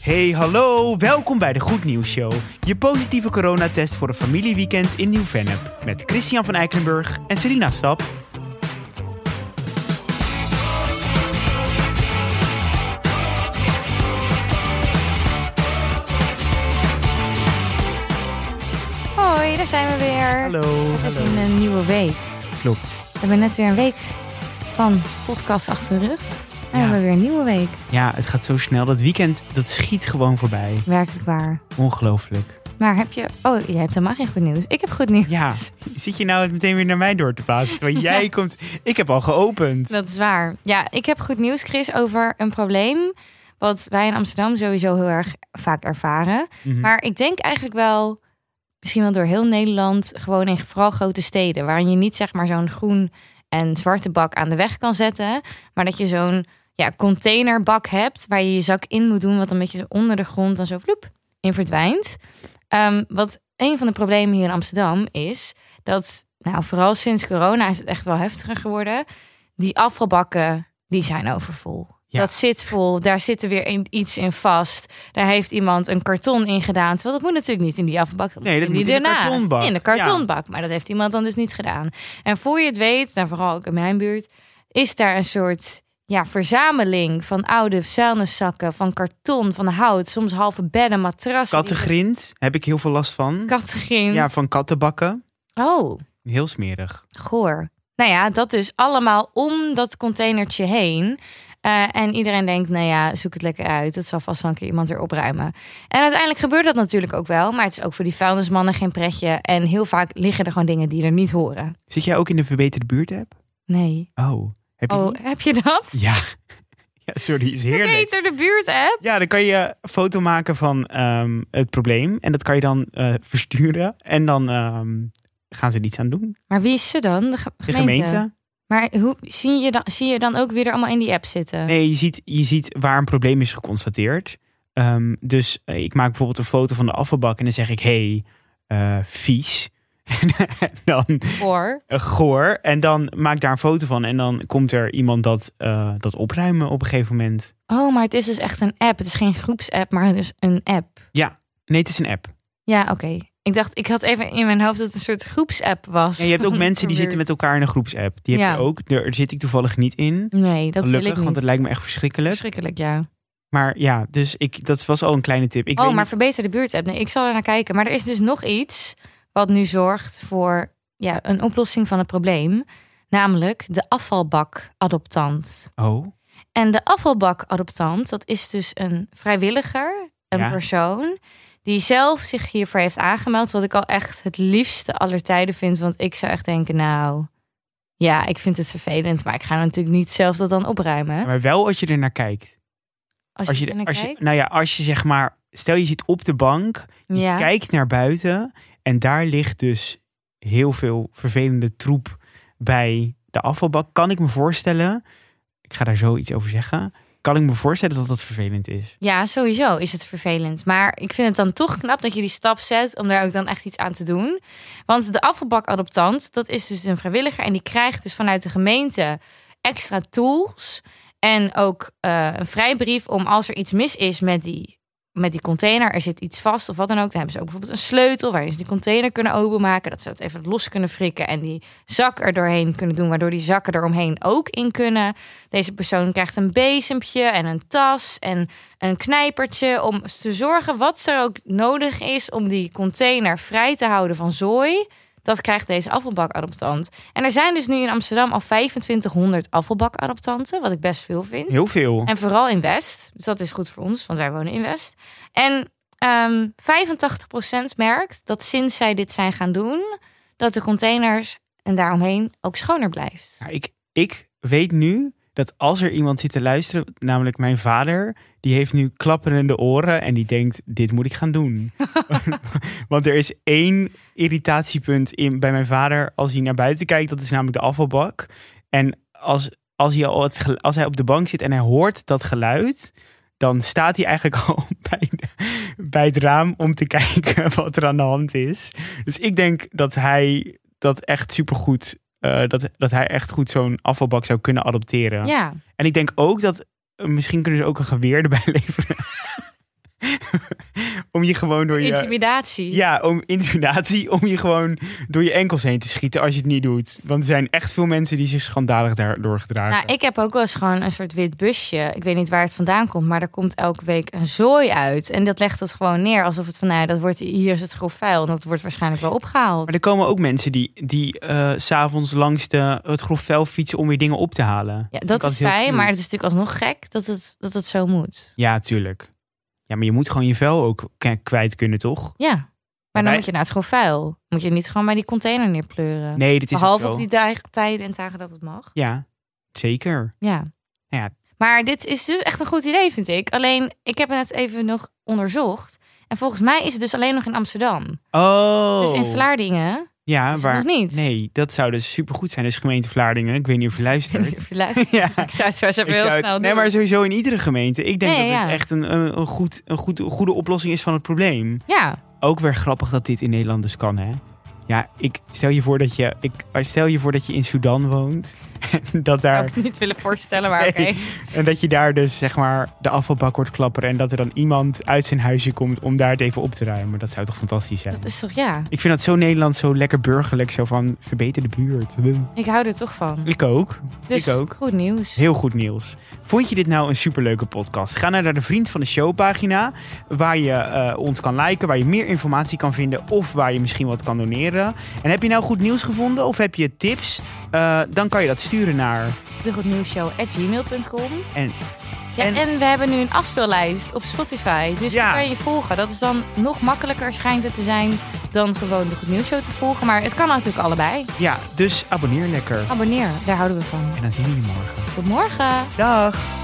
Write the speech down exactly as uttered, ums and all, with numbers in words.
Hey, hallo, welkom bij de Goed Nieuws Show. Je positieve coronatest voor een familieweekend in Nieuw-Vennep. Met Christian van Eikelenburg en Selina Stap. Hoi, daar zijn we weer. Hallo. Het is hallo. een, een nieuwe week. Klopt. We hebben net weer een week van podcast achter de rug. En we Ja. hebben weer een nieuwe week. Ja, het gaat zo snel. Dat weekend, dat schiet gewoon voorbij. Werkelijk waar. Ongelooflijk. Maar heb je... Oh, jij hebt helemaal geen goed nieuws. Ik heb goed nieuws. Ja, zit je nou het meteen weer naar mij door te passen? Terwijl jij Ja. komt... Ik heb al geopend. Dat is waar. Ja, ik heb goed nieuws, Chris, over een probleem wat wij in Amsterdam sowieso heel erg vaak ervaren. Mhm. Maar ik denk eigenlijk wel, misschien wel door heel Nederland, gewoon in vooral grote steden, waarin je niet zeg maar zo'n groen en zwarte bak aan de weg kan zetten, maar dat je zo'n ja, containerbak hebt waar je je zak in moet doen, wat een beetje onder de grond dan zo vloep in verdwijnt. Um, wat een van de problemen hier in Amsterdam is, dat nou vooral sinds corona is het echt wel heftiger geworden. Die afvalbakken, die zijn overvol. Ja. Dat zit vol, daar zit er weer een, iets in vast. Daar heeft iemand een karton in gedaan. Terwijl dat moet natuurlijk niet in die afvalbak. Dat Nee, dat moet moet in de ernaast, kartonbak. In de kartonbak. Maar dat heeft iemand dan dus niet gedaan. En voor je het weet, nou vooral ook in mijn buurt, is daar een soort ja, verzameling van oude vuilniszakken, van karton, van hout, soms halve bedden, matrassen. Kattegrind heb ik heel veel last van. Kattegrind. Ja, van kattenbakken. Oh, Heel smerig. goor. Nou ja, dat dus allemaal om dat containertje heen. Uh, en iedereen denkt, nou ja, zoek het lekker uit. Dat zal vast wel een keer iemand weer opruimen. En uiteindelijk gebeurt dat natuurlijk ook wel. Maar het is ook voor die vuilnismannen geen pretje. En heel vaak liggen er gewoon dingen die er niet horen. Zit jij ook in de Verbeterde Buurt app? Nee. Oh, heb je Oh, die? heb je dat? Ja. Ja, sorry, is heerlijk. Beter de buurt-app? Ja, dan kan je een foto maken van um, het probleem. En dat kan je dan uh, versturen. En dan um, gaan ze er iets aan doen. Maar wie is ze dan? De, ge- De gemeente? gemeente. Maar hoe, zie, je dan, zie je dan ook weer allemaal in die app zitten? Nee, je ziet, je ziet waar een probleem is geconstateerd. Um, dus uh, ik maak bijvoorbeeld een foto van de afvalbak. En dan zeg ik, hey, uh, vies. En dan Hoor. uh, goor. En dan maak ik daar een foto van. En dan komt er iemand dat, uh, dat opruimen op een gegeven moment. Oh, maar het is dus echt een app. Het is geen groepsapp, maar dus een app. Ja, nee, het is een app. Ja, oké. Okay. Ik dacht, ik had even in mijn hoofd dat het een soort groepsapp was. Ja, je hebt ook mensen die zitten met elkaar in een groepsapp. Die heb Ja. je ook. Daar zit ik toevallig niet in. Nee, dat Gelukkig, wil ik niet. want het lijkt me echt verschrikkelijk. Verschrikkelijk, ja. Maar ja, dus ik, dat was al een kleine tip. Ik oh, weet maar niet... verbeter de buurt-app. Nee, ik zal er naar kijken. Maar er is dus nog iets wat nu zorgt voor ja, een oplossing van het probleem. Namelijk de afvalbak-adoptant. Oh, En de afvalbak-adoptant, dat is dus een vrijwilliger, een Ja. persoon die zelf zich hiervoor heeft aangemeld. Wat ik al echt het liefste aller tijden vind. Want ik zou echt denken, nou, ja, ik vind het vervelend. Maar ik ga natuurlijk niet zelf dat dan opruimen. maar wel als je er naar kijkt. Als Als je, je, er naar als je, kijkt. nou ja, als je zeg maar, stel je zit op de bank, je Ja. kijkt naar buiten en daar ligt dus heel veel vervelende troep bij de afvalbak. Kan ik me voorstellen, ik ga daar zo iets over zeggen, kan ik me voorstellen dat dat vervelend is. Ja, sowieso is het vervelend. Maar ik vind het dan toch knap dat je die stap zet om daar ook dan echt iets aan te doen. Want de afvalbakadoptant, dat is dus een vrijwilliger en die krijgt dus vanuit de gemeente extra tools en ook uh, een vrijbrief om als er iets mis is met die, met die container, er zit iets vast of wat dan ook, dan hebben ze ook bijvoorbeeld een sleutel waarin ze die container kunnen openmaken, dat ze dat even los kunnen frikken en die zak er doorheen kunnen doen, waardoor die zakken eromheen ook in kunnen. Deze persoon krijgt een bezempje en een tas en een knijpertje om te zorgen wat er ook nodig is om die container vrij te houden van zooi. Dat krijgt deze afvalbakadoptant. En er zijn dus nu in Amsterdam al vijfentwintighonderd afvalbakadoptanten, wat ik best veel vind. Heel veel. En vooral in West. Dus dat is goed voor ons, want wij wonen in West. En um, vijfentachtig procent merkt dat sinds zij dit zijn gaan doen, dat de containers en daaromheen ook schoner blijft. Ja, ik, ik weet nu dat als er iemand zit te luisteren, namelijk mijn vader, die heeft nu klapperende oren en die denkt, dit moet ik gaan doen. Want er is één irritatiepunt in, bij mijn vader als hij naar buiten kijkt, dat is namelijk de afvalbak. En als, als, hij, al het, als hij op de bank zit en hij hoort dat geluid, dan staat hij eigenlijk al bij, de, bij het raam om te kijken wat er aan de hand is. Dus ik denk dat hij dat echt supergoed, uh, dat, dat hij echt goed zo'n afvalbak zou kunnen adopteren. Ja. En ik denk ook dat, uh, misschien kunnen ze ook een geweer erbij leveren. om je gewoon door je... Intimidatie. Ja, om intimidatie, om je gewoon door je enkels heen te schieten als je het niet doet. Want er zijn echt veel mensen die zich schandalig daardoor gedragen. Nou, ik heb ook wel eens gewoon een soort wit busje. Ik weet niet waar het vandaan komt, maar er komt elke week een zooi uit. En dat legt het gewoon neer alsof het van, nou ja, dat wordt, hier is het grof vuil. En dat wordt waarschijnlijk wel opgehaald. Maar er komen ook mensen die, die uh, 's avonds langs de, het grof vuil fietsen om weer dingen op te halen. Ja, dat is fijn, maar het is natuurlijk alsnog gek dat het, dat het zo moet. Ja, tuurlijk. Ja, maar je moet gewoon je vuil ook k- kwijt kunnen, toch? Ja, maar dan wij... moet je naar het grof vuil. Moet je niet gewoon bij die container neerpleuren. Nee, dit is Behalve ook op die dag, tijden en dagen dat het mag. Ja, zeker. Ja. ja. Maar dit is dus echt een goed idee, vind ik. Alleen, ik heb het even nog onderzocht. En volgens mij is het dus alleen nog in Amsterdam. Oh. Dus in Vlaardingen... Ja, is waar... het nog niet. Nee, dat zou dus supergoed zijn. Dus gemeente Vlaardingen. Ik weet niet of je luistert. Ik, of je luistert. Ja. Ik zou het zo even heel het... snel doen. Nee, maar sowieso in iedere gemeente. Ik denk nee, dat ja. het echt een, een, een, goed, een, goed, een goede oplossing is van het probleem. Ja. Ook weer grappig dat dit in Nederland dus kan, hè? Ja, ik stel je voor dat je, ik stel je voor dat je in Sudan woont. dat daar, ik had het niet willen voorstellen, maar nee, oké. Okay. En dat je daar dus zeg maar de afvalbak hoort klapperen. En dat er dan iemand uit zijn huisje komt om daar het even op te ruimen. Dat zou toch fantastisch zijn? Dat is toch, ja. Ik vind dat zo Nederland, zo lekker burgerlijk. Zo van, verbeter de buurt. Ik hou er toch van. Ik ook. Dus ik ook. goed nieuws. Heel goed nieuws. Vond je dit nou een superleuke podcast? Ga naar de Vriend van de Show pagina. Waar je uh, ons kan liken. Waar je meer informatie kan vinden. Of waar je misschien wat kan doneren. En heb je nou goed nieuws gevonden? Of heb je tips? Uh, dan kan je dat sturen naar... de goednieuwsshow at gmail dot com. En, ja, en... en we hebben nu een afspeellijst op Spotify. Dus ja. die kan je volgen. Dat is dan nog makkelijker, schijnt het te zijn, dan gewoon de Goed Nieuws Show te volgen. Maar het kan natuurlijk allebei. Ja, dus abonneer lekker. Abonneer, daar houden we van. En dan zien we jullie morgen. Tot morgen. Dag.